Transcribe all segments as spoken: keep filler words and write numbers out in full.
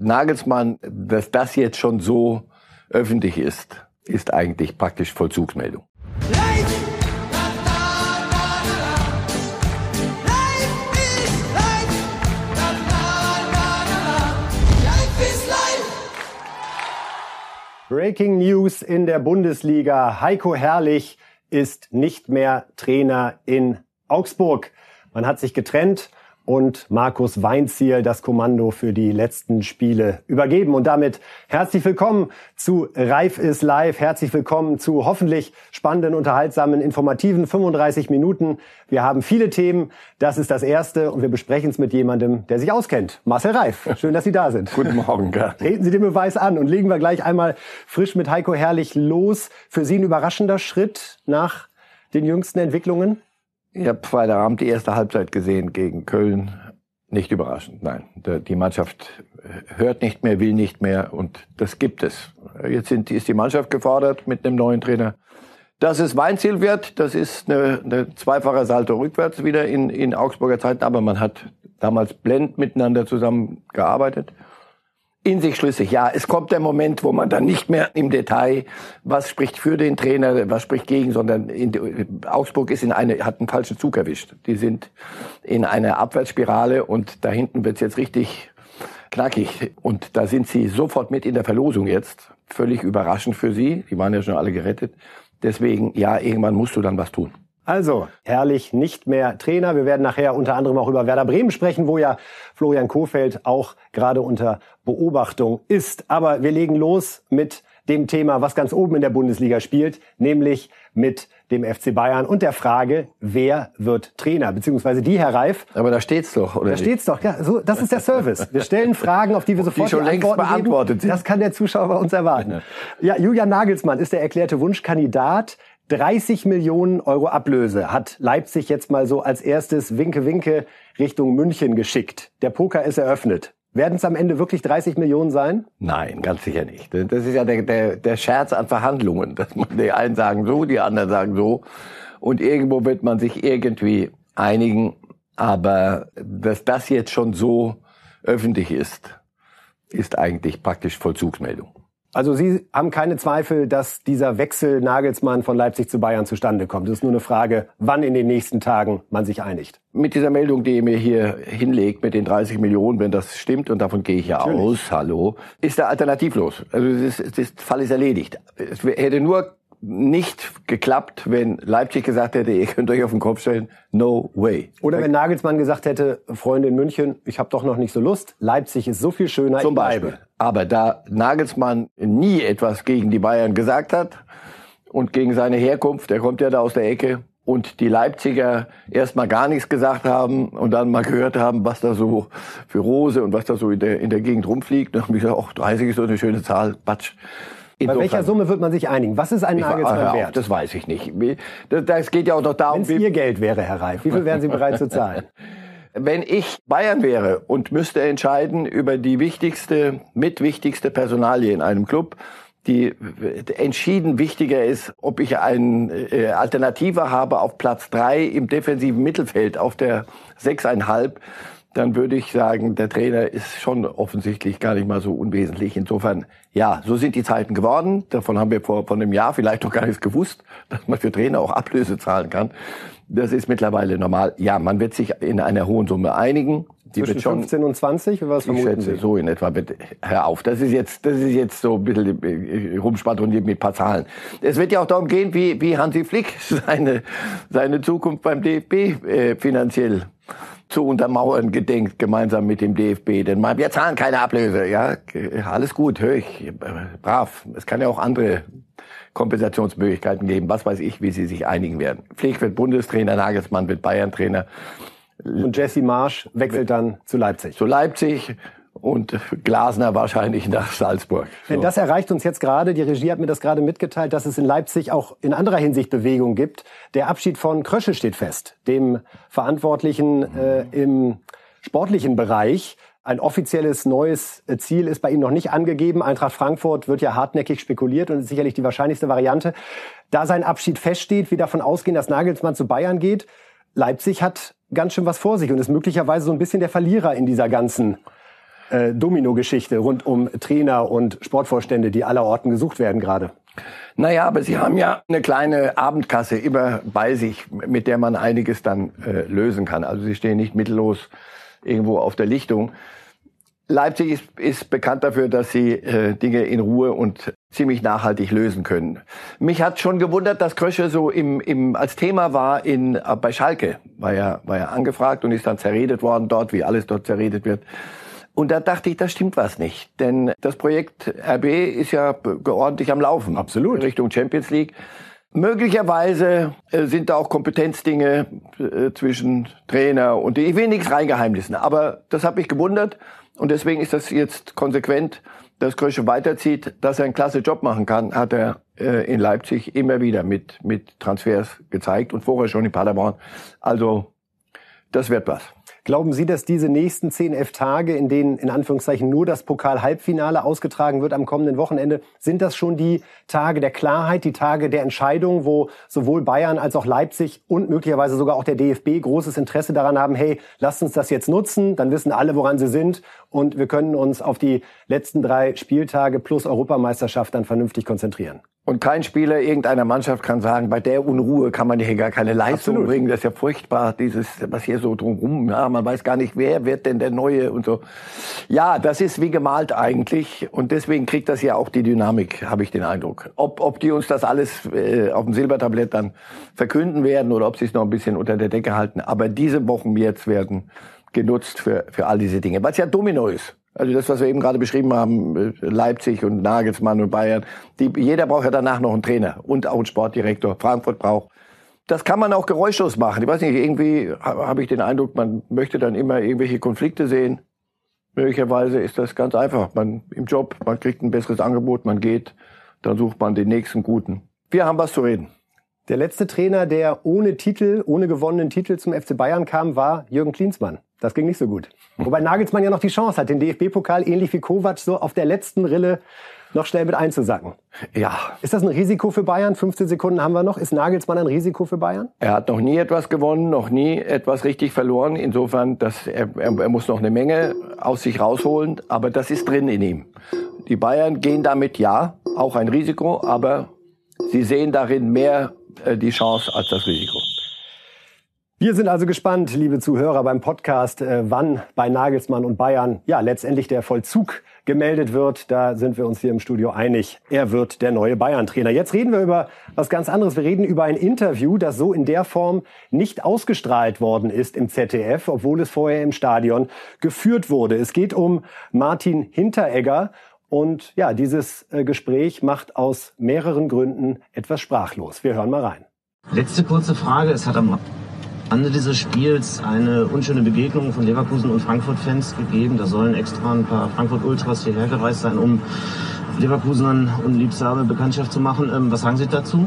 Nagelsmann, dass das jetzt schon so öffentlich ist, ist eigentlich praktisch Vollzugsmeldung. Breaking News in der Bundesliga. Heiko Herrlich ist nicht mehr Trainer in Augsburg. Man hat sich getrennt und Markus Weinzierl das Kommando für die letzten Spiele übergeben. Und damit herzlich willkommen zu Reif ist live. Herzlich willkommen zu hoffentlich spannenden, unterhaltsamen, informativen fünfunddreißig Minuten. Wir haben viele Themen. Das ist das Erste und wir besprechen es mit jemandem, der sich auskennt. Marcel Reif, schön, dass Sie da sind. Guten Morgen. Ja. Treten Sie den Beweis an und legen wir gleich einmal frisch mit Heiko Herrlich los. Für Sie ein überraschender Schritt nach den jüngsten Entwicklungen? Ich habe Freitagabend die erste Halbzeit gesehen gegen Köln. Nicht überraschend, nein. Die Mannschaft hört nicht mehr, will nicht mehr und das gibt es. Jetzt sind, ist die Mannschaft gefordert mit einem neuen Trainer. Dass es Weinzierl wird, das ist eine, eine zweifache Salto rückwärts wieder in, in Augsburger Zeiten. Aber man hat damals blendend miteinander zusammengearbeitet. In sich schlüssig, ja. Es kommt der Moment, wo man dann nicht mehr im Detail, was spricht für den Trainer, was spricht gegen, sondern in, Augsburg ist in eine, hat einen falschen Zug erwischt. Die sind in einer Abwärtsspirale und da hinten wird's jetzt richtig knackig. Und da sind sie sofort mit in der Verlosung jetzt. Völlig überraschend für sie. Die waren ja schon alle gerettet. Deswegen, ja, irgendwann musst du dann was tun. Also, Herrlich nicht mehr Trainer. Wir werden nachher unter anderem auch über Werder Bremen sprechen, wo ja Florian Kohfeldt auch gerade unter Beobachtung ist. Aber wir legen los mit dem Thema, was ganz oben in der Bundesliga spielt, nämlich mit dem F C Bayern und der Frage, wer wird Trainer? Beziehungsweise die, Herr Reif. Aber da steht's doch, oder? Da steht's doch, ja. So, das ist der Service. Wir stellen Fragen, auf die wir sofort die schon längst beantwortet sind. Das kann der Zuschauer bei uns erwarten. Ja, Julian Nagelsmann ist der erklärte Wunschkandidat. dreißig Millionen Euro Ablöse hat Leipzig jetzt mal so als erstes Winke-Winke Richtung München geschickt. Der Poker ist eröffnet. Werden es am Ende wirklich dreißig Millionen sein? Nein, ganz sicher nicht. Das ist ja der, der, der Scherz an Verhandlungen. Dass man, die einen sagen so, die anderen sagen so. Und irgendwo wird man sich irgendwie einigen. Aber dass das jetzt schon so öffentlich ist, ist eigentlich praktisch Vollzugsmeldung. Also Sie haben keine Zweifel, dass dieser Wechsel Nagelsmann von Leipzig zu Bayern zustande kommt. Es ist nur eine Frage, wann in den nächsten Tagen man sich einigt. Mit dieser Meldung, die ihr mir hier hinlegt, mit den dreißig Millionen, wenn das stimmt, und davon gehe ich ja Natürlich. aus, hallo, ist er alternativlos. Also das, ist, das Fall ist erledigt. Es hätte nur nicht geklappt, wenn Leipzig gesagt hätte, ihr könnt euch auf den Kopf stellen, no way. Oder wenn Nagelsmann gesagt hätte, Freunde in München, ich habe doch noch nicht so Lust, Leipzig ist so viel schöner, Zum Beispiel. Aber da Nagelsmann nie etwas gegen die Bayern gesagt hat und gegen seine Herkunft, der kommt ja da aus der Ecke, und die Leipziger erstmal gar nichts gesagt haben und dann mal gehört haben, was da so für Rose und was da so in der, in der Gegend rumfliegt, dann haben wir gesagt, ach, dreißig ist so eine schöne Zahl, Batsch. Bei welcher Summe wird man sich einigen? Was ist ein Nagelsmann wert? Das weiß ich nicht. Das geht ja auch noch darum... Wenn es Ihr Geld wäre, Herr Reif, wie viel wären Sie bereit zu zahlen? Wenn ich Bayern wäre und müsste entscheiden über die wichtigste, mitwichtigste Personalie in einem Club, die entschieden wichtiger ist, ob ich eine Alternative habe auf Platz drei im defensiven Mittelfeld, auf der sechs Komma fünf, dann würde ich sagen, der Trainer ist schon offensichtlich gar nicht mal so unwesentlich. Insofern, ja, so sind die Zeiten geworden. Davon haben wir vor, vor einem Jahr vielleicht noch gar nichts gewusst, dass man für Trainer auch Ablöse zahlen kann. Das ist mittlerweile normal. Ja, man wird sich in einer hohen Summe einigen. Die Zwischen wird schon, fünfzehn und zwanzig, was vermuten ich schätze, Sie? So in etwa. Wird, hör auf, das ist jetzt, das ist jetzt so ein bisschen rumspatroniert mit ein paar Zahlen. Es wird ja auch darum gehen, wie, wie Hansi Flick seine, seine Zukunft beim D F B äh, finanziell zu untermauern gedenkt, gemeinsam mit dem D F B. Denn wir zahlen keine Ablöse. Ja, alles gut, höre ich. Brav. Es kann ja auch andere Kompensationsmöglichkeiten geben. Was weiß ich, wie sie sich einigen werden. Flick wird Bundestrainer, Nagelsmann wird Bayern-Trainer. Und Jesse Marsch wechselt dann zu Leipzig. Zu Leipzig. Und Glasner wahrscheinlich nach Salzburg. So. Denn das erreicht uns jetzt gerade, die Regie hat mir das gerade mitgeteilt, dass es in Leipzig auch in anderer Hinsicht Bewegung gibt. Der Abschied von Krösche steht fest, dem Verantwortlichen äh, im sportlichen Bereich. Ein offizielles neues Ziel ist bei ihm noch nicht angegeben. Eintracht Frankfurt wird ja hartnäckig spekuliert und ist sicherlich die wahrscheinlichste Variante. Da sein Abschied feststeht, wir davon ausgehen, dass Nagelsmann zu Bayern geht. Leipzig hat ganz schön was vor sich und ist möglicherweise so ein bisschen der Verlierer in dieser ganzen äh, Domino-Geschichte rund um Trainer und Sportvorstände, die allerorten gesucht werden gerade. Naja, aber Sie haben ja eine kleine Abendkasse immer bei sich, mit der man einiges dann äh, lösen kann. Also Sie stehen nicht mittellos irgendwo auf der Lichtung. Leipzig ist, ist bekannt dafür, dass sie äh, Dinge in Ruhe und ziemlich nachhaltig lösen können. Mich hat schon gewundert, dass Krösche so im, im als Thema war in äh, bei Schalke. War ja, war ja angefragt und ist dann zerredet worden dort, wie alles dort zerredet wird. Und da dachte ich, da stimmt was nicht. Denn das Projekt R B ist ja ordentlich am Laufen. Absolut. Richtung Champions League. Möglicherweise äh, sind da auch Kompetenzdinge äh, zwischen Trainer und ich will nichts reingeheimnissen. Aber das hat mich gewundert. Und deswegen ist das jetzt konsequent, dass Krösche weiterzieht, dass er einen klasse Job machen kann, hat er äh, in Leipzig immer wieder mit mit Transfers gezeigt und vorher schon in Paderborn. Also das wird was. Glauben Sie, dass diese nächsten zehn, elf Tage, in denen in Anführungszeichen nur das Pokal-Halbfinale ausgetragen wird am kommenden Wochenende, sind das schon die Tage der Klarheit, die Tage der Entscheidung, wo sowohl Bayern als auch Leipzig und möglicherweise sogar auch der D F B großes Interesse daran haben, hey, lasst uns das jetzt nutzen, dann wissen alle, woran sie sind und wir können uns auf die letzten drei Spieltage plus Europameisterschaft dann vernünftig konzentrieren? Und kein Spieler irgendeiner Mannschaft kann sagen, bei der Unruhe kann man hier gar keine Leistung Absolut. bringen. Das ist ja furchtbar, dieses, was hier so drumherum, ja, man weiß gar nicht, wer wird denn der Neue und so. Ja, das ist wie gemalt eigentlich und deswegen kriegt das ja auch die Dynamik, habe ich den Eindruck. Ob, ob die uns das alles äh, auf dem Silbertablett dann verkünden werden oder ob sie es noch ein bisschen unter der Decke halten. Aber diese Wochen jetzt werden genutzt für, für all diese Dinge, weil es ja Domino ist. Also das, was wir eben gerade beschrieben haben, Leipzig und Nagelsmann und Bayern, die, jeder braucht ja danach noch einen Trainer und auch einen Sportdirektor. Frankfurt braucht. Das kann man auch geräuschlos machen. Ich weiß nicht, irgendwie habe ich den Eindruck, man möchte dann immer irgendwelche Konflikte sehen. Möglicherweise ist das ganz einfach. Man im Job, man kriegt ein besseres Angebot, man geht, dann sucht man den nächsten Guten. Wir haben was zu reden. Der letzte Trainer, der ohne Titel, ohne gewonnenen Titel zum F C Bayern kam, war Jürgen Klinsmann. Das ging nicht so gut. Wobei Nagelsmann ja noch die Chance hat, den D F B-Pokal ähnlich wie Kovac so auf der letzten Rille noch schnell mit einzusacken. Ja. Ist das ein Risiko für Bayern? fünfzehn Sekunden haben wir noch. Ist Nagelsmann ein Risiko für Bayern? Er hat noch nie etwas gewonnen, noch nie etwas richtig verloren. Insofern, dass er, er, er muss noch eine Menge aus sich rausholen. Aber das ist drin in ihm. Die Bayern gehen damit, ja, auch ein Risiko. Aber sie sehen darin mehr äh, die Chance als das Risiko. Wir sind also gespannt, liebe Zuhörer, beim Podcast, äh, wann bei Nagelsmann und Bayern ja letztendlich der Vollzug gemeldet wird. Da sind wir uns hier im Studio einig. Er wird der neue Bayern-Trainer. Jetzt reden wir über was ganz anderes. Wir reden über ein Interview, das so in der Form nicht ausgestrahlt worden ist im Z D F, obwohl es vorher im Stadion geführt wurde. Es geht um Martin Hinteregger. Und ja, dieses äh, Gespräch macht aus mehreren Gründen etwas sprachlos. Wir hören mal rein. Letzte kurze Frage. Es hat am Ende dieses Spiels eine unschöne Begegnung von Leverkusen und Frankfurt-Fans gegeben. Da sollen extra ein paar Frankfurt-Ultras hierher gereist sein, um Leverkusenern unliebsame Bekanntschaft zu machen. Ähm, was sagen Sie dazu?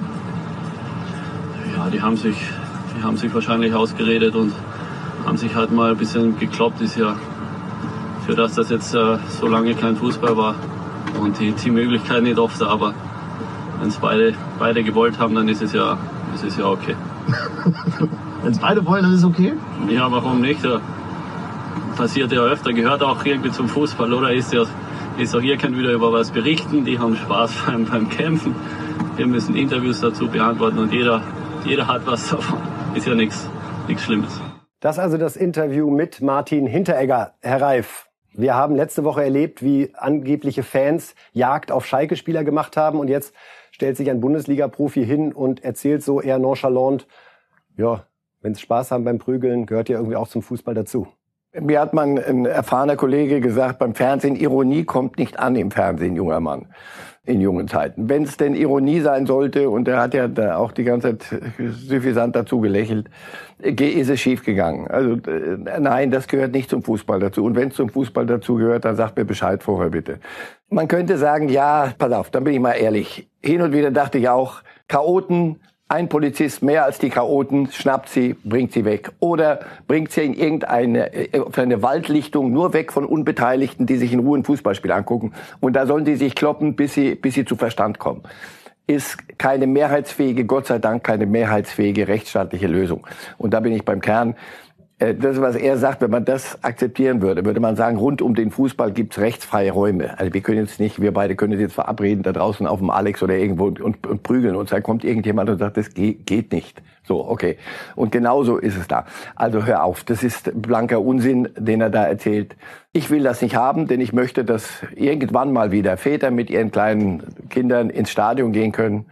Ja, die haben sich, die haben sich wahrscheinlich ausgeredet und haben sich halt mal ein bisschen gekloppt. Ist ja für das, dass jetzt äh, so lange kein Fußball war und die, die Möglichkeit nicht oft, aber wenn es beide, beide gewollt haben, dann ist es ja, ist es ja okay. Wenn es beide wollen, dann ist es okay? Ja, warum nicht? Ja, passiert ja öfter, gehört auch irgendwie zum Fußball, oder? Ist ja, ist auch hier, kann wieder über was berichten, die haben Spaß beim, beim Kämpfen. Wir müssen Interviews dazu beantworten und jeder, jeder hat was davon. Ist ja nichts, nichts Schlimmes. Das ist also das Interview mit Martin Hinteregger. Herr Reif, wir haben letzte Woche erlebt, wie angebliche Fans Jagd auf Schalke-Spieler gemacht haben und jetzt stellt sich ein Bundesliga-Profi hin und erzählt so eher nonchalant, ja, wenn Sie Spaß haben beim Prügeln, gehört ja irgendwie auch zum Fußball dazu. Mir hat man ein erfahrener Kollege gesagt, beim Fernsehen, Ironie kommt nicht an im Fernsehen, junger Mann, in jungen Zeiten. Wenn es denn Ironie sein sollte, und er hat ja da auch die ganze Zeit suffisant dazu gelächelt, ist es schief gegangen. Also nein, das gehört nicht zum Fußball dazu. Und wenn es zum Fußball dazu gehört, dann sagt mir Bescheid vorher bitte. Man könnte sagen, ja, pass auf, dann bin ich mal ehrlich. Hin und wieder dachte ich auch, Chaoten, ein Polizist mehr als die Chaoten, schnappt sie, bringt sie weg. Oder bringt sie in irgendeine auf eine Waldlichtung, nur weg von Unbeteiligten, die sich in Ruhe ein Fußballspiel angucken. Und da sollen die sich kloppen, bis sie, bis sie zu Verstand kommen. Ist keine mehrheitsfähige, Gott sei Dank keine mehrheitsfähige rechtsstaatliche Lösung. Und da bin ich beim Kern. das, was er sagt, wenn man das akzeptieren würde, würde man sagen, rund um den Fußball gibt's rechtsfreie Räume. Also wir können jetzt nicht, wir beide können uns jetzt verabreden da draußen auf dem Alex oder irgendwo und, und, und prügeln uns. Da kommt irgendjemand und sagt, das geht, geht nicht. So, okay. Und genauso ist es da. Also hör auf, das ist blanker Unsinn, den er da erzählt. Ich will das nicht haben, denn ich möchte, dass irgendwann mal wieder Väter mit ihren kleinen Kindern ins Stadion gehen können.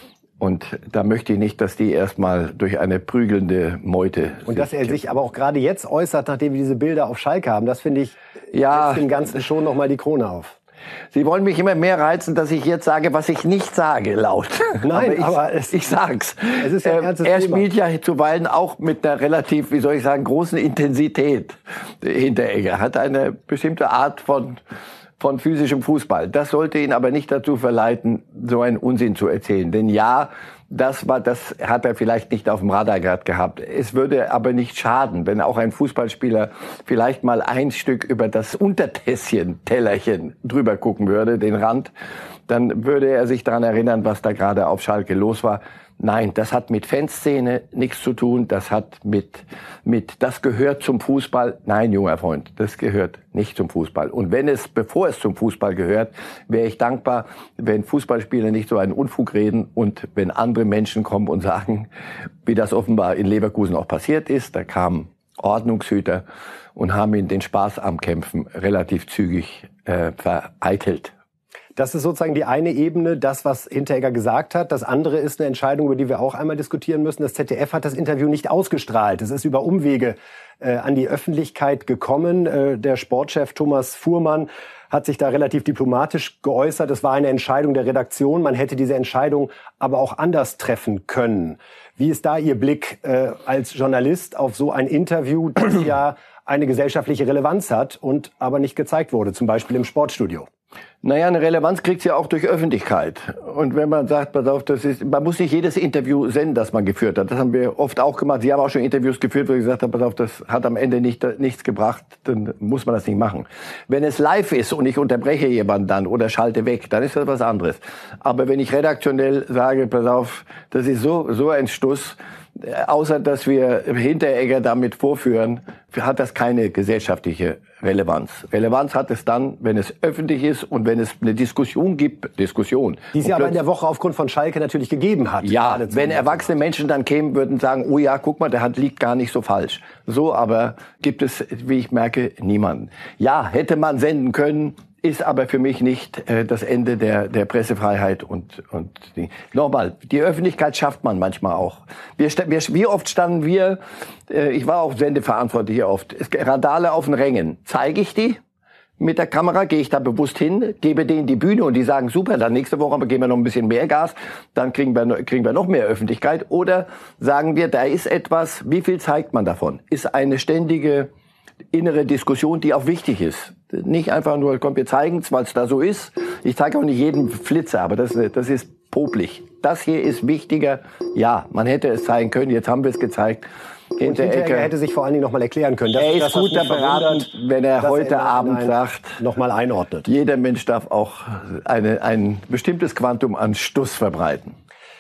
Und da möchte ich nicht, dass die erstmal durch eine prügelnde Meute... Und dass er sich aber auch gerade jetzt äußert, nachdem wir diese Bilder auf Schalke haben, das finde ich, ja, setzt dem Ganzen schon nochmal die Krone auf. Sie wollen mich immer mehr reizen, dass ich jetzt sage, was ich nicht sage, laut. Nein, aber ich, aber es, ich sag's. Es ist ja ein ernstes er Thema. spielt ja zuweilen auch mit einer relativ, wie soll ich sagen, großen Intensität. Hinteregger hat eine bestimmte Art von... von physischem Fußball. Das sollte ihn aber nicht dazu verleiten, so einen Unsinn zu erzählen. Denn ja, das war, das hat er vielleicht nicht auf dem Radar gehabt. Es würde aber nicht schaden, wenn auch ein Fußballspieler vielleicht mal ein Stück über das Untertässchen, Tellerchen drüber gucken würde, den Rand. Dann würde er sich daran erinnern, was da gerade auf Schalke los war. Nein, das hat mit Fanszene nichts zu tun. Das hat mit, mit, das gehört zum Fußball. Nein, junger Freund, das gehört nicht zum Fußball. Und wenn es, bevor es zum Fußball gehört, wäre ich dankbar, wenn Fußballspieler nicht so einen Unfug reden und wenn andere Menschen kommen und sagen, wie das offenbar in Leverkusen auch passiert ist. Da kamen Ordnungshüter und haben ihn den Spaß am Kämpfen relativ zügig äh, vereitelt. Das ist sozusagen die eine Ebene, das, was Hinteregger gesagt hat. Das andere ist eine Entscheidung, über die wir auch einmal diskutieren müssen. Das Z D F hat das Interview nicht ausgestrahlt. Es ist über Umwege äh, an die Öffentlichkeit gekommen. Äh, der Sportchef Thomas Fuhrmann hat sich da relativ diplomatisch geäußert. Es war eine Entscheidung der Redaktion. Man hätte diese Entscheidung aber auch anders treffen können. Wie ist da Ihr Blick äh, als Journalist auf so ein Interview, das ja eine gesellschaftliche Relevanz hat und aber nicht gezeigt wurde, zum Beispiel im Sportstudio? Naja, eine Relevanz kriegt sie ja auch durch Öffentlichkeit. Und wenn man sagt, pass auf, das ist, man muss nicht jedes Interview senden, das man geführt hat. Das haben wir oft auch gemacht. Sie haben auch schon Interviews geführt, wo ich gesagt habe, pass auf, das hat am Ende nicht, nichts gebracht, dann muss man das nicht machen. Wenn es live ist und ich unterbreche jemanden dann oder schalte weg, dann ist das was anderes. Aber wenn ich redaktionell sage, pass auf, das ist so, so ein Stuss, außer dass wir Hinteregger damit vorführen, hat das keine gesellschaftliche Relevanz. Relevanz hat es dann, wenn es öffentlich ist und wenn es eine Diskussion gibt, Diskussion. Die es ja aber in der Woche aufgrund von Schalke natürlich gegeben hat. Ja, wenn erwachsene Menschen dann kämen, würden sagen, oh ja, guck mal, der hat, liegt gar nicht so falsch. So aber gibt es, wie ich merke, niemanden. Ja, hätte man senden können, ist aber für mich nicht äh, das Ende der der Pressefreiheit und und die. Nochmal, die Öffentlichkeit schafft man manchmal auch. Wir, wir wie oft standen wir, äh, ich war auch sendeverantwortlich hier oft, es, Randale auf den Rängen. Zeige ich die mit der Kamera, gehe ich da bewusst hin, gebe denen die Bühne und die sagen, super, dann nächste Woche aber geben wir noch ein bisschen mehr Gas, dann kriegen wir kriegen wir noch mehr Öffentlichkeit. Oder sagen wir, da ist etwas, wie viel zeigt man davon? Ist eine ständige innere Diskussion, die auch wichtig ist. Nicht einfach nur, komm, wir zeigen es, weil es da so ist. Ich zeige auch nicht jeden Flitzer, aber das, das ist popelig. Das hier ist wichtiger. Ja, man hätte es zeigen können, jetzt haben wir es gezeigt. Hinteregger hätte sich vor allen Dingen noch mal erklären können. Er ist gut beraten, wenn er heute Abend sagt, noch mal einordnet. Jeder Mensch darf auch eine, ein bestimmtes Quantum an Stuss verbreiten.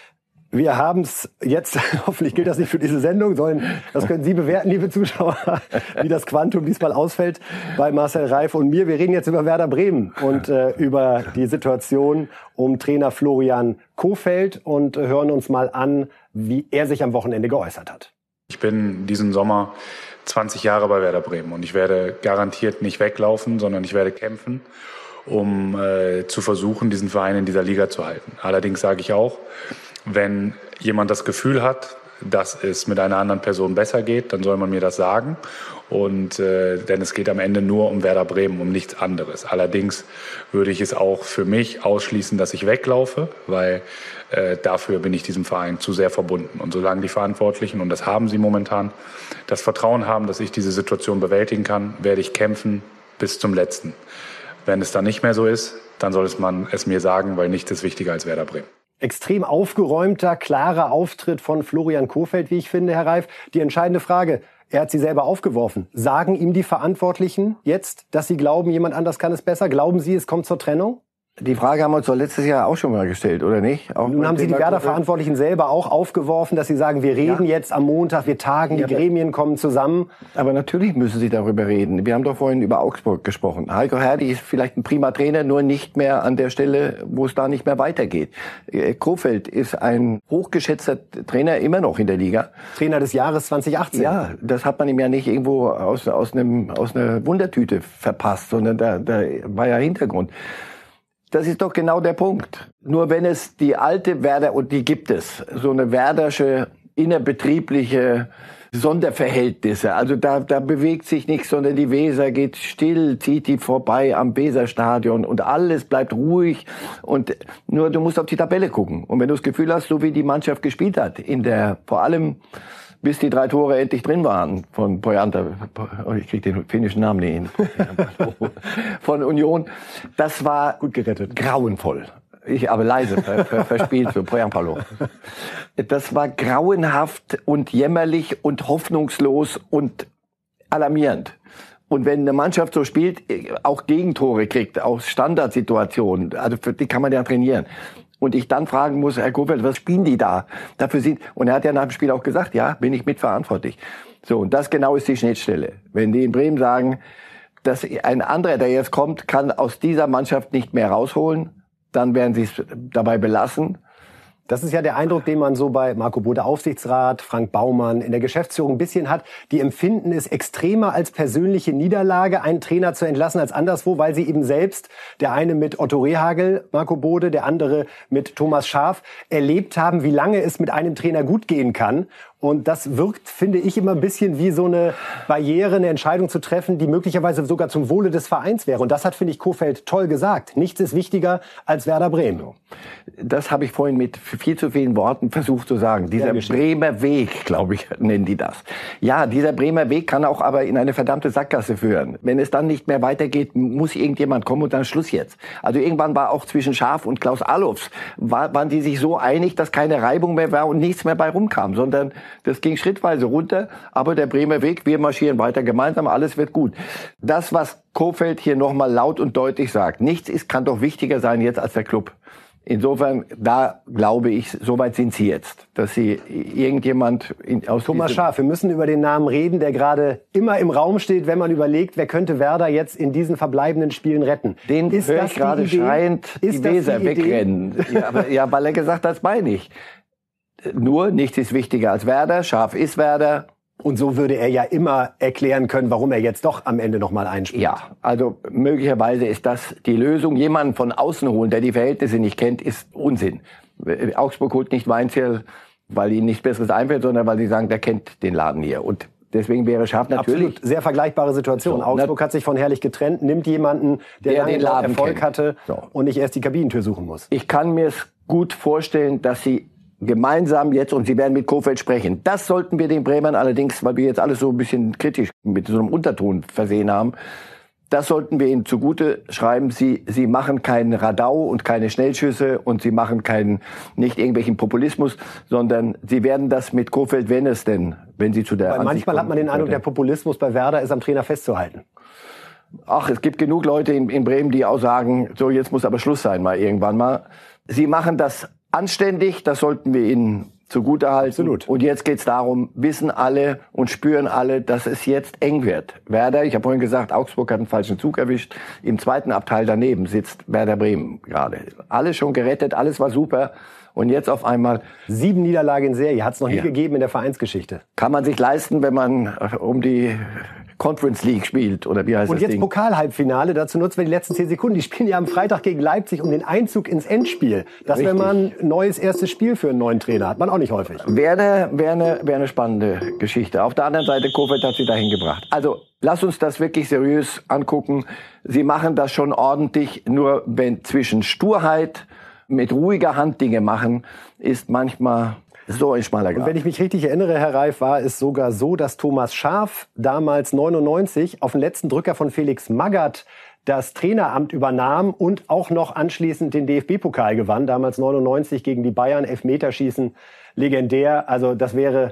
Wir haben es jetzt, hoffentlich gilt das nicht für diese Sendung, sondern das können Sie bewerten, liebe Zuschauer, wie das Quantum diesmal ausfällt bei Marcel Reif und mir. Wir reden jetzt über Werder Bremen und äh, über die Situation um Trainer Florian Kohfeldt und äh, hören uns mal an, wie er sich am Wochenende geäußert hat. Ich bin diesen Sommer zwanzig Jahre bei Werder Bremen und ich werde garantiert nicht weglaufen, sondern ich werde kämpfen, um äh, zu versuchen, diesen Verein in dieser Liga zu halten. Allerdings sage ich auch, wenn jemand das Gefühl hat, dass es mit einer anderen Person besser geht, dann soll man mir das sagen. Und äh, denn es geht am Ende nur um Werder Bremen, um nichts anderes. Allerdings würde ich es auch für mich ausschließen, dass ich weglaufe, weil äh, dafür bin ich diesem Verein zu sehr verbunden. Und solange die Verantwortlichen, und das haben sie momentan, das Vertrauen haben, dass ich diese Situation bewältigen kann, werde ich kämpfen bis zum Letzten. Wenn es dann nicht mehr so ist, dann soll es man es mir sagen, weil nichts ist wichtiger als Werder Bremen. Extrem aufgeräumter, klarer Auftritt von Florian Kohfeldt, wie ich finde, Herr Reif. Die entscheidende Frage, er hat sie selber aufgeworfen. Sagen ihm die Verantwortlichen jetzt, dass sie glauben, jemand anders kann es besser? Glauben Sie, es kommt zur Trennung? Die Frage haben wir uns doch letztes Jahr auch schon mal gestellt, oder nicht? Auch Nun haben Sie die Werder-Verantwortlichen selber auch aufgeworfen, dass sie sagen, wir reden ja. jetzt am Montag, wir tagen, ja, die Gremien kommen zusammen. Aber natürlich müssen Sie darüber reden. Wir haben doch vorhin über Augsburg gesprochen. Heiko Herrlich ist vielleicht ein prima Trainer, nur nicht mehr an der Stelle, wo es da nicht mehr weitergeht. Kohfeldt ist ein hochgeschätzter Trainer, immer noch in der Liga. Trainer des Jahres zwanzig achtzehn. Ja, das hat man ihm ja nicht irgendwo aus, aus, einem, aus einer Wundertüte verpasst, sondern da, da war ja Hintergrund. Das ist doch genau der Punkt. Nur wenn es die alte Werder, und die gibt es, so eine werdersche, innerbetriebliche Sonderverhältnisse. Also da, da bewegt sich nichts, sondern die Weser geht still, zieht die vorbei am Weserstadion und alles bleibt ruhig. Und nur du musst auf die Tabelle gucken. Und wenn du das Gefühl hast, so wie die Mannschaft gespielt hat, in der, vor allem, bis die drei Tore endlich drin waren von Poyanta, oh, ich krieg den finnischen Namen nicht hin, von Union, das war gut gerettet, grauenvoll. Ich aber leise ver, ver, verspielt für Poyampalo. Das war grauenhaft und jämmerlich und hoffnungslos und alarmierend. Und wenn eine Mannschaft so spielt, auch Gegentore kriegt, auch Standardsituationen, also für die kann man ja trainieren. Und ich dann fragen muss, Herr Kohfeldt, was spielen die da? Dafür sind, und er hat ja nach dem Spiel auch gesagt, ja, bin ich mitverantwortlich. So, und das genau ist die Schnittstelle. Wenn die in Bremen sagen, dass ein anderer, der jetzt kommt, kann aus dieser Mannschaft nicht mehr rausholen, dann werden sie es dabei belassen. Das ist ja der Eindruck, den man so bei Marco Bode Aufsichtsrat, Frank Baumann in der Geschäftsführung ein bisschen hat. Die empfinden es extremer als persönliche Niederlage, einen Trainer zu entlassen als anderswo, weil sie eben selbst, der eine mit Otto Rehhagel, Marco Bode, der andere mit Thomas Schaaf, erlebt haben, wie lange es mit einem Trainer gut gehen kann. Und das wirkt, finde ich, immer ein bisschen wie so eine Barriere, eine Entscheidung zu treffen, die möglicherweise sogar zum Wohle des Vereins wäre. Und das hat, finde ich, Kohfeldt toll gesagt. Nichts ist wichtiger als Werder Bremen. Das habe ich vorhin mit viel zu vielen Worten versucht zu sagen. Dieser Bremer Weg, glaube ich, nennen die das. Ja, dieser Bremer Weg kann auch aber in eine verdammte Sackgasse führen. Wenn es dann nicht mehr weitergeht, muss irgendjemand kommen und dann Schluss jetzt. Also irgendwann war auch zwischen Schaaf und Klaus Allofs, war, waren die sich so einig, dass keine Reibung mehr war und nichts mehr bei rumkam, sondern das ging schrittweise runter, aber der Bremer Weg, wir marschieren weiter gemeinsam, alles wird gut. Das, was Kohfeldt hier nochmal laut und deutlich sagt, nichts ist, kann doch wichtiger sein jetzt als der Club. Insofern, da glaube ich, soweit sind sie jetzt, dass sie irgendjemand in, aus Thomas Schaaf, wir müssen über den Namen reden, der gerade immer im Raum steht, wenn man überlegt, wer könnte Werder jetzt in diesen verbleibenden Spielen retten. Den höre ich gerade schreiend die Weser wegrennen. Ja, aber, ja, weil er gesagt hat, das meine ich. Nur, nichts ist wichtiger als Werder, Schaaf ist Werder. Und so würde er ja immer erklären können, warum er jetzt doch am Ende nochmal einspielt. Ja, also möglicherweise ist das die Lösung. Jemanden von außen holen, der die Verhältnisse nicht kennt, ist Unsinn. Augsburg holt nicht Weinzierl, weil ihnen nichts Besseres einfällt, sondern weil sie sagen, der kennt den Laden hier. Und deswegen wäre Schaaf natürlich... Absolut, sehr vergleichbare Situation. So, Augsburg hat sich von Herrlich getrennt, nimmt jemanden, der, der den Laden Erfolg kennt. hatte so. und nicht erst die Kabinentür suchen muss. Ich kann mir es gut vorstellen, dass sie gemeinsam jetzt, und Sie werden mit Kohfeldt sprechen. Das sollten wir den Bremern allerdings, weil wir jetzt alles so ein bisschen kritisch mit so einem Unterton versehen haben, das sollten wir ihnen zugute schreiben. Sie, sie machen keinen Radau und keine Schnellschüsse und sie machen keinen, nicht irgendwelchen Populismus, sondern sie werden das mit Kohfeldt, wenn es denn, wenn sie zu der Weil Ansicht manchmal kommen, hat man den Eindruck, der Populismus bei Werder ist am Trainer festzuhalten. Ach, es gibt genug Leute in, in Bremen, die auch sagen, so jetzt muss aber Schluss sein mal irgendwann mal. Sie machen das anständig, das sollten wir ihnen zugutehalten. Absolut. Und jetzt geht's darum, wissen alle und spüren alle, dass es jetzt eng wird. Werder, ich habe vorhin gesagt, Augsburg hat einen falschen Zug erwischt. Im zweiten Abteil daneben sitzt Werder Bremen gerade. Alles schon gerettet, alles war super. Und jetzt auf einmal... Sieben Niederlagen in Serie, hat es noch nie ja. gegeben in der Vereinsgeschichte. Kann man sich leisten, wenn man um die Conference League spielt, oder wie heißt Und das jetzt Ding? Pokal-Halbfinale, dazu nutzen wir die letzten zehn Sekunden. Die spielen ja am Freitag gegen Leipzig um den Einzug ins Endspiel. Das wäre mal ein neues erstes Spiel für einen neuen Trainer. Hat man auch nicht häufig. Wäre eine, wäre eine, wäre eine spannende Geschichte. Auf der anderen Seite, Kohfeldt hat sie dahin gebracht. Also, lass uns das wirklich seriös angucken. Sie machen das schon ordentlich, nur wenn zwischen Sturheit mit ruhiger Hand Dinge machen, ist manchmal so ein schmaler Grad. Und wenn ich mich richtig erinnere, Herr Reif, war es sogar so, dass Thomas Schaaf damals neunundneunzig auf den letzten Drücker von Felix Magath das Traineramt übernahm und auch noch anschließend den D F B-Pokal gewann. Damals neunundneunzig gegen die Bayern, Elfmeterschießen, legendär. Also das wäre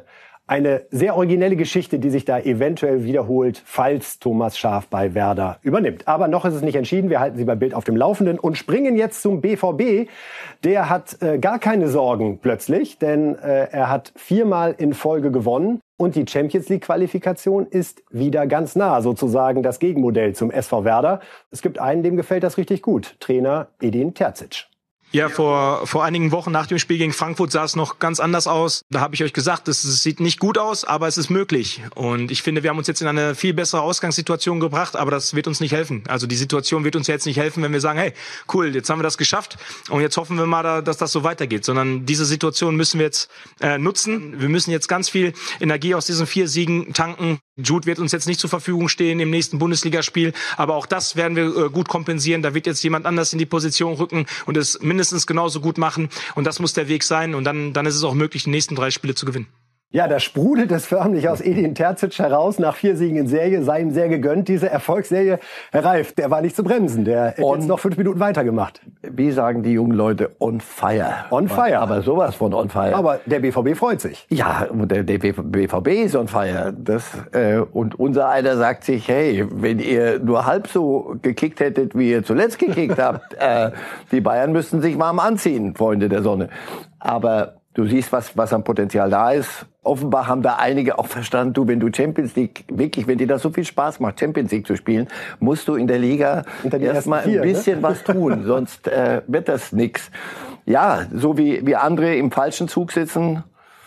Eine sehr originelle Geschichte, die sich da eventuell wiederholt, falls Thomas Schaaf bei Werder übernimmt. Aber noch ist es nicht entschieden. Wir halten Sie bei Bild auf dem Laufenden und springen jetzt zum B V B. Der hat äh, gar keine Sorgen plötzlich, denn äh, er hat viermal in Folge gewonnen. Und die Champions-League-Qualifikation ist wieder ganz nah, sozusagen das Gegenmodell zum S V Werder. Es gibt einen, dem gefällt das richtig gut. Trainer Edin Terzic. Ja, vor vor einigen Wochen nach dem Spiel gegen Frankfurt sah es noch ganz anders aus. Da habe ich euch gesagt, es, es sieht nicht gut aus, aber es ist möglich. Und ich finde, wir haben uns jetzt in eine viel bessere Ausgangssituation gebracht, aber das wird uns nicht helfen. Also die Situation wird uns jetzt nicht helfen, wenn wir sagen, hey, cool, jetzt haben wir das geschafft und jetzt hoffen wir mal, dass das so weitergeht. Sondern diese Situation müssen wir jetzt äh, nutzen. Wir müssen jetzt ganz viel Energie aus diesen vier Siegen tanken. Jude wird uns jetzt nicht zur Verfügung stehen im nächsten Bundesligaspiel, aber auch das werden wir äh, gut kompensieren. Da wird jetzt jemand anders in die Position rücken und es mindestens genauso gut machen. Und das muss der Weg sein. Und dann, dann ist es auch möglich, die nächsten drei Spiele zu gewinnen. Ja, da sprudelt es förmlich aus Edin Terzic heraus. Nach vier Siegen in Serie sei ihm sehr gegönnt. Diese Erfolgsserie, Herr Reif, der war nicht zu bremsen. Der hat jetzt noch fünf Minuten weitergemacht. Wie sagen die jungen Leute, on fire. On fire. Aber sowas von on fire. Aber der B V B freut sich. Ja, der, der B V B ist on fire. Das, äh, und unser einer sagt sich, hey, wenn ihr nur halb so gekickt hättet, wie ihr zuletzt gekickt habt, äh, die Bayern müssten sich warm anziehen, Freunde der Sonne. Aber du siehst, was, was an Potenzial da ist. Offenbar haben da einige auch verstanden, du, wenn du Champions League, wirklich, wenn dir das so viel Spaß macht, Champions League zu spielen, musst du in der Liga erstmal ein bisschen ne? was tun, sonst äh, wird das nix. Ja, so wie, wie andere im falschen Zug sitzen,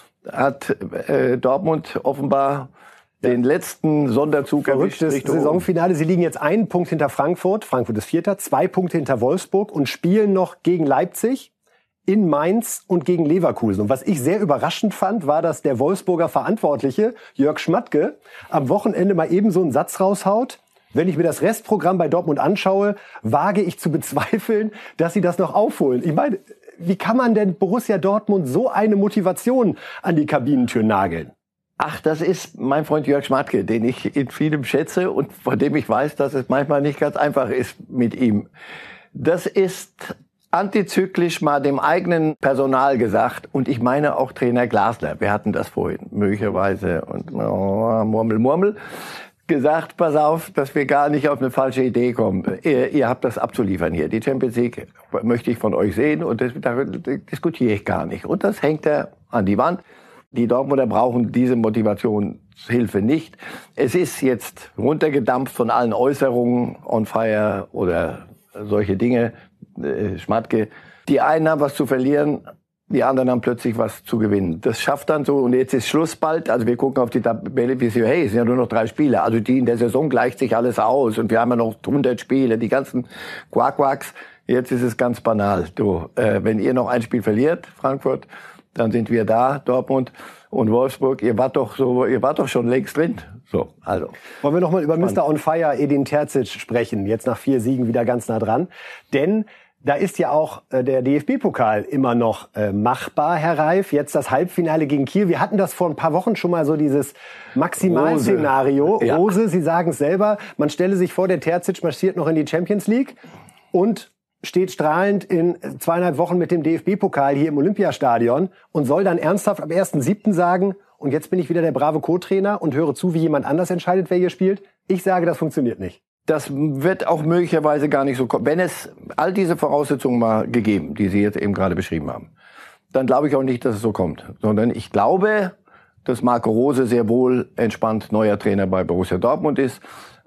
hat äh, Dortmund offenbar den letzten Sonderzug erwischt. Verrücktes Saisonfinale. Sie liegen jetzt einen Punkt hinter Frankfurt. Frankfurt ist Vierter, zwei Punkte hinter Wolfsburg und spielen noch gegen Leipzig, in Mainz und gegen Leverkusen. Und was ich sehr überraschend fand, war, dass der Wolfsburger Verantwortliche, Jörg Schmatke, am Wochenende mal eben so einen Satz raushaut. Wenn ich mir das Restprogramm bei Dortmund anschaue, wage ich zu bezweifeln, dass sie das noch aufholen. Ich meine, wie kann man denn Borussia Dortmund so eine Motivation an die Kabinentür nageln? Ach, das ist mein Freund Jörg Schmatke, den ich in vielem schätze und von dem ich weiß, dass es manchmal nicht ganz einfach ist mit ihm. Das ist antizyklisch mal dem eigenen Personal gesagt und ich meine auch Trainer Glasner, wir hatten das vorhin möglicherweise und oh, Murmel, Murmel, gesagt, pass auf, dass wir gar nicht auf eine falsche Idee kommen. Ihr, ihr habt das abzuliefern hier. Die Champions League möchte ich von euch sehen und das, da diskutiere ich gar nicht. Und das hängt er an die Wand. Die Dortmunder brauchen diese Motivationshilfe nicht. Es ist jetzt runtergedampft von allen Äußerungen, on fire oder solche Dinge. Schmatke. Die einen haben was zu verlieren, die anderen haben plötzlich was zu gewinnen. Das schafft dann so, und jetzt ist Schluss bald, also wir gucken auf die Tabelle, wie sie, hey, es sind ja nur noch drei Spiele, also die in der Saison gleicht sich alles aus und wir haben ja noch hundert Spiele, die ganzen Quack-Quacks. Jetzt ist es ganz banal. Du, äh, wenn ihr noch ein Spiel verliert, Frankfurt, dann sind wir da, Dortmund und Wolfsburg. Ihr wart doch so, ihr wart doch schon längst drin. So, also. Wollen wir noch mal über Mister On Fire Edin Terzic sprechen? Jetzt nach vier Siegen wieder ganz nah dran. Denn da ist ja auch äh, der D F B-Pokal immer noch äh, machbar, Herr Reif. Jetzt das Halbfinale gegen Kiel. Wir hatten das vor ein paar Wochen schon mal so dieses Maximalszenario. Rose, ja. Rose, Sie sagen es selber. Man stelle sich vor, der Terzic marschiert noch in die Champions League und steht strahlend in zweieinhalb Wochen mit dem D F B-Pokal hier im Olympiastadion und soll dann ernsthaft am ersten siebten sagen, und jetzt bin ich wieder der brave Co-Trainer und höre zu, wie jemand anders entscheidet, wer hier spielt. Ich sage, das funktioniert nicht. Das wird auch möglicherweise gar nicht so kommen. Wenn es all diese Voraussetzungen mal gegeben, die Sie jetzt eben gerade beschrieben haben, dann glaube ich auch nicht, dass es so kommt. Sondern ich glaube, dass Marco Rose sehr wohl entspannt neuer Trainer bei Borussia Dortmund ist.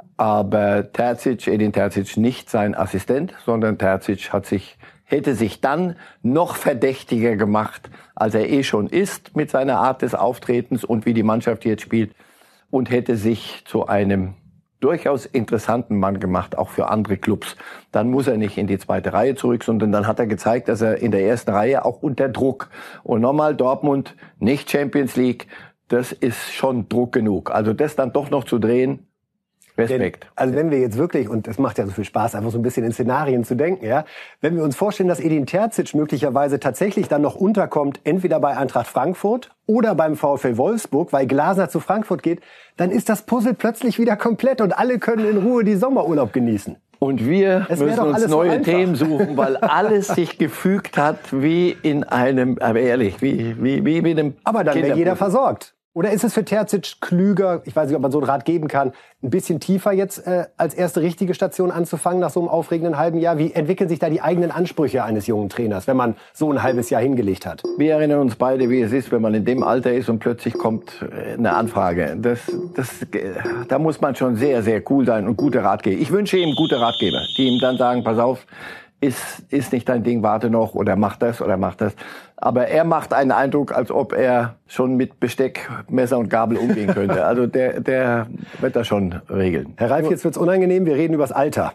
Aber Terzic, Edin Terzic, nicht sein Assistent, sondern Terzic hat sich, hätte sich dann noch verdächtiger gemacht, als er eh schon ist mit seiner Art des Auftretens und wie die Mannschaft jetzt spielt, und hätte sich zu einem durchaus interessanten Mann gemacht, auch für andere Clubs. Dann muss er nicht in die zweite Reihe zurück, sondern dann hat er gezeigt, dass er in der ersten Reihe auch unter Druck, und nochmal Dortmund, nicht Champions League, das ist schon Druck genug. Also das dann doch noch zu drehen, Respekt. Denn, also wenn wir jetzt wirklich, und es macht ja so viel Spaß, einfach so ein bisschen in Szenarien zu denken, ja, wenn wir uns vorstellen, dass Edin Terzic möglicherweise tatsächlich dann noch unterkommt, entweder bei Eintracht Frankfurt oder beim VfL Wolfsburg, weil Glasner zu Frankfurt geht, dann ist das Puzzle plötzlich wieder komplett und alle können in Ruhe die Sommerurlaub genießen. Und wir müssen uns neue Themen suchen, weil alles sich gefügt hat wie in einem, aber ehrlich, wie wie wie mit einem. Aber dann wäre jeder versorgt. Oder ist es für Terzic klüger, ich weiß nicht, ob man so einen Rat geben kann, ein bisschen tiefer jetzt äh, als erste richtige Station anzufangen nach so einem aufregenden halben Jahr? Wie entwickeln sich da die eigenen Ansprüche eines jungen Trainers, wenn man so ein halbes Jahr hingelegt hat? Wir erinnern uns beide, wie es ist, wenn man in dem Alter ist und plötzlich kommt eine Anfrage. Das, das, da muss man schon sehr, sehr cool sein und gute Ratgeber. Ich wünsche ihm gute Ratgeber, die ihm dann sagen, pass auf, ist, ist nicht dein Ding, warte noch oder mach das oder mach das. Aber er macht einen Eindruck, als ob er schon mit Besteck, Messer und Gabel umgehen könnte. Also der, der wird das schon regeln. Herr Reif, jetzt wird's unangenehm. Wir reden übers Alter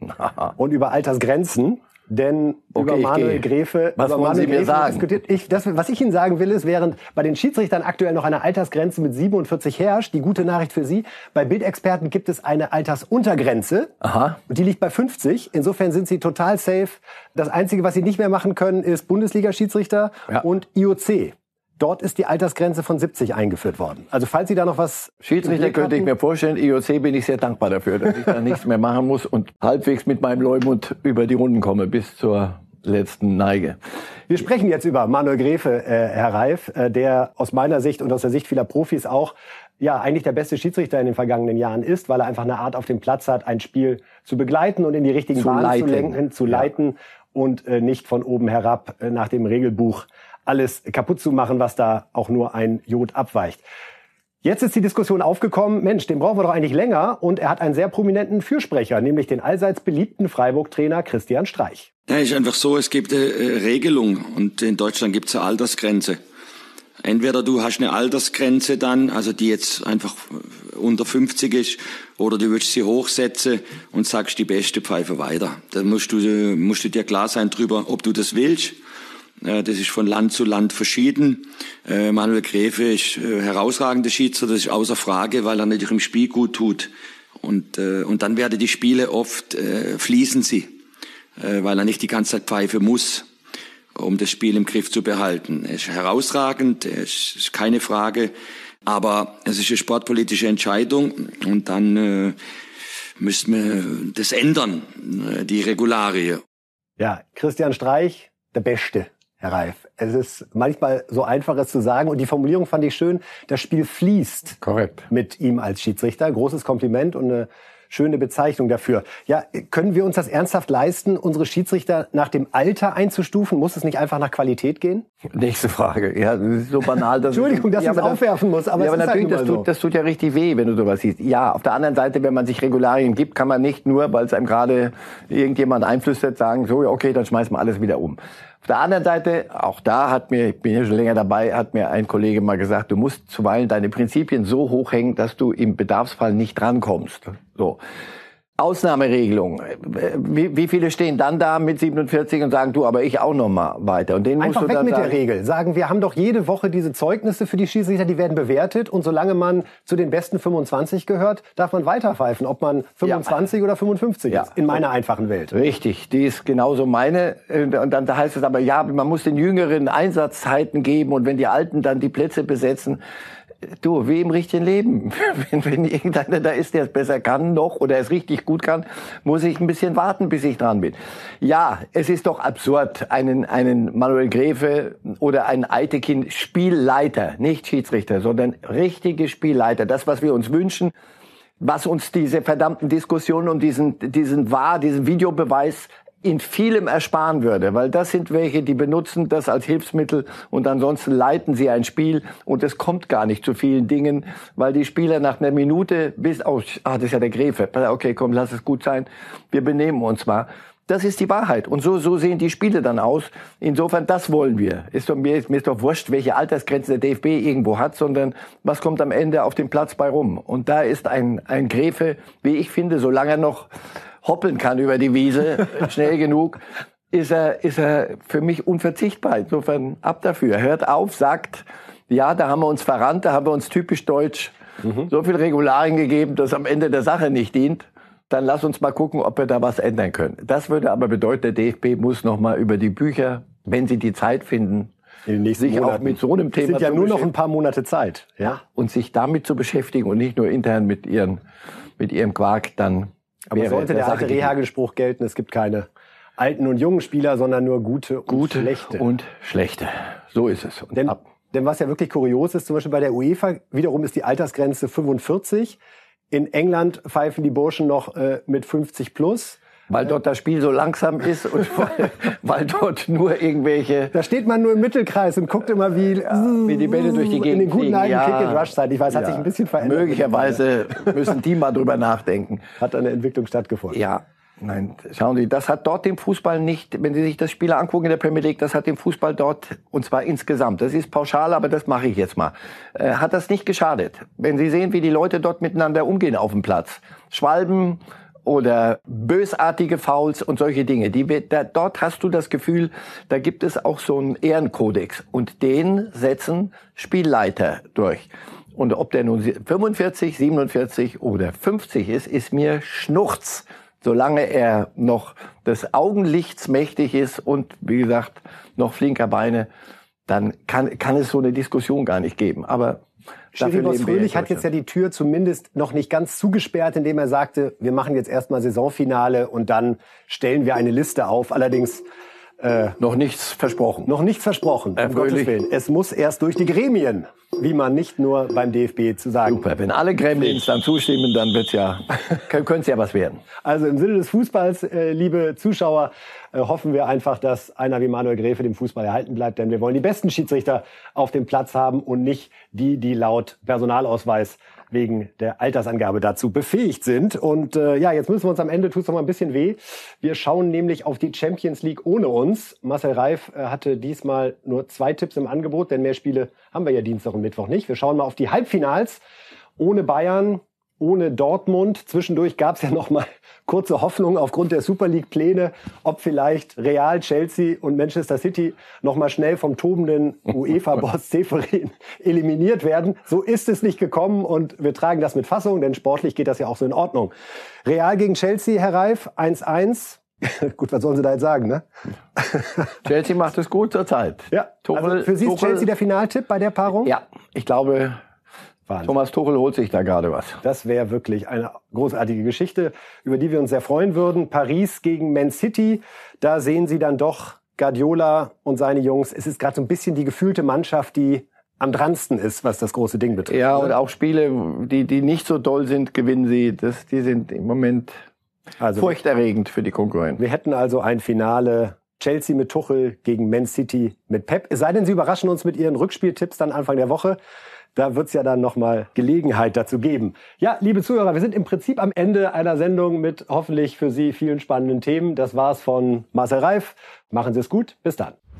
und über Altersgrenzen. Denn okay, über Manuel Gräfe, was über wollen Manuel Sie mir Gräfe sagen? Diskutiert. Ich, das, was ich Ihnen sagen will, ist, während bei den Schiedsrichtern aktuell noch eine Altersgrenze mit siebenundvierzig herrscht, die gute Nachricht für Sie, bei Bildexperten gibt es eine Altersuntergrenze. Aha. Und die liegt bei fünfzig. Insofern sind Sie total safe. Das Einzige, was Sie nicht mehr machen können, ist Bundesliga-Schiedsrichter ja. und I O C. Dort ist die Altersgrenze von siebzig eingeführt worden. Also falls Sie da noch was... Schiedsrichter könnte ich mir vorstellen, I O C bin ich sehr dankbar dafür, dass ich da nichts mehr machen muss und halbwegs mit meinem Leumund über die Runden komme bis zur letzten Neige. Wir sprechen jetzt über Manuel Gräfe, äh, Herr Reif, äh, der aus meiner Sicht und aus der Sicht vieler Profis auch ja eigentlich der beste Schiedsrichter in den vergangenen Jahren ist, weil er einfach eine Art auf dem Platz hat, ein Spiel zu begleiten und in die richtigen Bahnen zu lenken, zu leiten ja. und äh, nicht von oben herab äh, nach dem Regelbuch alles kaputt zu machen, was da auch nur ein Jod abweicht. Jetzt ist die Diskussion aufgekommen, Mensch, den brauchen wir doch eigentlich länger. Und er hat einen sehr prominenten Fürsprecher, nämlich den allseits beliebten Freiburg-Trainer Christian Streich. Ja, ist einfach so, es gibt eine Regelung und in Deutschland gibt es eine Altersgrenze. Entweder du hast eine Altersgrenze dann, also die jetzt einfach unter fünfzig ist, oder du willst sie hochsetzen und sagst die beste Pfeife weiter. Da musst du, musst du dir klar sein drüber, ob du das willst. Das ist von Land zu Land verschieden. Äh, Manuel Gräfe ist äh, herausragender Schiedsrichter, das ist außer Frage, weil er natürlich im Spiel gut tut. Und, äh, und dann werden die Spiele oft, äh, fließen sie, äh, weil er nicht die ganze Zeit pfeifen muss, um das Spiel im Griff zu behalten. Er ist herausragend, er ist, ist keine Frage, aber es ist eine sportpolitische Entscheidung und dann äh, müssen wir das ändern, äh, die Regularie. Ja, Christian Streich, der Beste. Herr Reif, es ist manchmal so einfach, es zu sagen. Und die Formulierung fand ich schön. Das Spiel fließt. Korrekt. Mit ihm als Schiedsrichter. Großes Kompliment und eine schöne Bezeichnung dafür. Ja, können wir uns das ernsthaft leisten, unsere Schiedsrichter nach dem Alter einzustufen? Muss es nicht einfach nach Qualität gehen? Nächste Frage. Ja, das ist so banal. Dass Entschuldigung, dass ja, ich es aufwerfen muss, aber ja, es aber ist natürlich, halt das, so. tut, das tut ja richtig weh, wenn du sowas siehst. Ja, auf der anderen Seite, wenn man sich Regularien gibt, kann man nicht nur, weil es einem gerade irgendjemand einflüstert, sagen, so, okay, dann schmeißen wir alles wieder um. Auf der anderen Seite, auch da hat mir, ich bin ja schon länger dabei, hat mir ein Kollege mal gesagt, du musst zuweilen deine Prinzipien so hochhängen, dass du im Bedarfsfall nicht drankommst. So. Ausnahmeregelung. Wie, wie viele stehen dann da mit siebenundvierzig und sagen, du, aber ich auch noch mal weiter? Und den Einfach musst du weg dann mit sagen, der Regel. Sagen, wir haben doch jede Woche diese Zeugnisse für die Schiedsrichter, die werden bewertet. Und solange man zu den besten fünfundzwanzig gehört, darf man weiterpfeifen, ob man fünfundzwanzig ja. oder fünfundfünfzig ja. ist, in meiner einfachen Welt. Richtig, die ist genauso meine. Und dann da heißt es aber, ja, man muss den Jüngeren Einsatzzeiten geben und wenn die Alten dann die Plätze besetzen, du, wie im richtigen Leben. Wenn, wenn irgendeiner da ist, der es besser kann noch oder es richtig gut kann, muss ich ein bisschen warten, bis ich dran bin. Ja, es ist doch absurd, einen, einen Manuel Gräfe oder einen Eitekin Spielleiter, nicht Schiedsrichter, sondern richtige Spielleiter, das, was wir uns wünschen, was uns diese verdammten Diskussionen um diesen, diesen Wahr, diesen Videobeweis in vielem ersparen würde, weil das sind welche, die benutzen das als Hilfsmittel und ansonsten leiten sie ein Spiel und es kommt gar nicht zu vielen Dingen, weil die Spieler nach einer Minute bis, oh, ah, das ist ja der Gräfe, okay, komm, lass es gut sein, wir benehmen uns mal. Das ist die Wahrheit und so, so sehen die Spiele dann aus. Insofern, das wollen wir. Ist doch, mir, mir ist doch wurscht, welche Altersgrenze der D F B irgendwo hat, sondern was kommt am Ende auf dem Platz bei rum. Und da ist ein, ein Gräfe, wie ich finde, solange er noch hoppeln kann über die Wiese, schnell genug, ist er, ist er für mich unverzichtbar. Insofern ab dafür. Hört auf, sagt, ja, da haben wir uns verrannt, da haben wir uns typisch deutsch mhm. so viel Regularien gegeben, dass am Ende der Sache nicht dient. Dann lass uns mal gucken, ob wir da was ändern können. Das würde aber bedeuten, der D F B muss noch mal über die Bücher, wenn sie die Zeit finden, in den nächsten sich Monaten. auch mit so einem Thema es sind ja zu nur noch ein paar Monate Zeit. Ja? Und sich damit zu beschäftigen und nicht nur intern mit ihren, mit ihrem Quark, dann aber sollte der alte Rehhagel-Spruch gelten, es gibt keine alten und jungen Spieler, sondern nur gute und gute schlechte. und schlechte. So ist es. Und Denn ab. Denn was ja wirklich kurios ist, zum Beispiel bei der UEFA, wiederum ist die Altersgrenze fünfundvierzig. In England pfeifen die Burschen noch äh, mit fünfzig plus. Weil dort das Spiel so langsam ist und weil, weil dort nur irgendwelche... Da steht man nur im Mittelkreis und guckt immer, wie, ja, wie die Bälle durch die Gegend in den guten alten ja, Kick-and-Rush-Zeit. Ich weiß, hat ja, sich ein bisschen verändert. Möglicherweise müssen die mal drüber nachdenken. Hat eine Entwicklung stattgefunden. Ja, nein, schauen Sie, das hat dort dem Fußball nicht, wenn Sie sich das Spiel angucken in der Premier League, das hat dem Fußball dort, und zwar insgesamt, das ist pauschal, aber das mache ich jetzt mal, äh, hat das nicht geschadet. Wenn Sie sehen, wie die Leute dort miteinander umgehen auf dem Platz. Schwalben oder bösartige Fouls und solche Dinge. Die, da, dort hast du das Gefühl, da gibt es auch so einen Ehrenkodex. Und den setzen Spielleiter durch. Und ob der nun fünfundvierzig, siebenundvierzig oder fünfzig ist, ist mir Schnurz. Solange er noch des Augenlichts mächtig ist und, wie gesagt, noch flinker Beine, dann kann, kann es so eine Diskussion gar nicht geben. Aber Schiri Fröhlich hat jetzt ja die Tür zumindest noch nicht ganz zugesperrt, indem er sagte, wir machen jetzt erstmal Saisonfinale und dann stellen wir eine Liste auf. Allerdings äh, noch nichts versprochen. Noch nichts versprochen, um Gottes Willen. Es muss erst durch die Gremien, wie man nicht nur beim D F B zu sagen. Super, wenn alle Gremien dann zustimmen, dann wird's ja, könnte es ja was werden. Also im Sinne des Fußballs, äh, liebe Zuschauer, äh, hoffen wir einfach, dass einer wie Manuel Gräfe dem Fußball erhalten bleibt, denn wir wollen die besten Schiedsrichter auf dem Platz haben und nicht die, die laut Personalausweis wegen der Altersangabe dazu befähigt sind. Und äh, ja, jetzt müssen wir uns am Ende, tut's noch mal ein bisschen weh. Wir schauen nämlich auf die Champions League ohne uns. Marcel Reif äh, hatte diesmal nur zwei Tipps im Angebot, denn mehr Spiele haben wir ja Dienstag und Mittwoch nicht. Wir schauen mal auf die Halbfinals ohne Bayern, ohne Dortmund. Zwischendurch gab es ja noch mal kurze Hoffnung aufgrund der Super League-Pläne, ob vielleicht Real, Chelsea und Manchester City noch mal schnell vom tobenden UEFA-Boss Ceferin eliminiert werden. So ist es nicht gekommen und wir tragen das mit Fassung, denn sportlich geht das ja auch so in Ordnung. Real gegen Chelsea, Herr Reif, eins eins. Gut, was sollen Sie da jetzt sagen, ne? Chelsea macht es gut zur Zeit. Ja, Tuchel, also für Sie ist Tuchel, Chelsea der Finaltipp bei der Paarung? Ja, ich glaube... Wahnsinn. Thomas Tuchel holt sich da gerade was. Das wäre wirklich eine großartige Geschichte, über die wir uns sehr freuen würden. Paris gegen Man City, da sehen Sie dann doch Guardiola und seine Jungs. Es ist gerade so ein bisschen die gefühlte Mannschaft, die am dransten ist, was das große Ding betrifft. Ja, und auch Spiele, die, die nicht so doll sind, gewinnen sie. Das, die sind im Moment also furchterregend für die Konkurrenten. Wir hätten also ein Finale Chelsea mit Tuchel gegen Man City mit Pep. Es sei denn, Sie überraschen uns mit Ihren Rückspieltipps dann Anfang der Woche. Da wird's ja dann nochmal Gelegenheit dazu geben. Ja, liebe Zuhörer, wir sind im Prinzip am Ende einer Sendung mit hoffentlich für Sie vielen spannenden Themen. Das war's von Marcel Reif. Machen Sie es gut. Bis dann.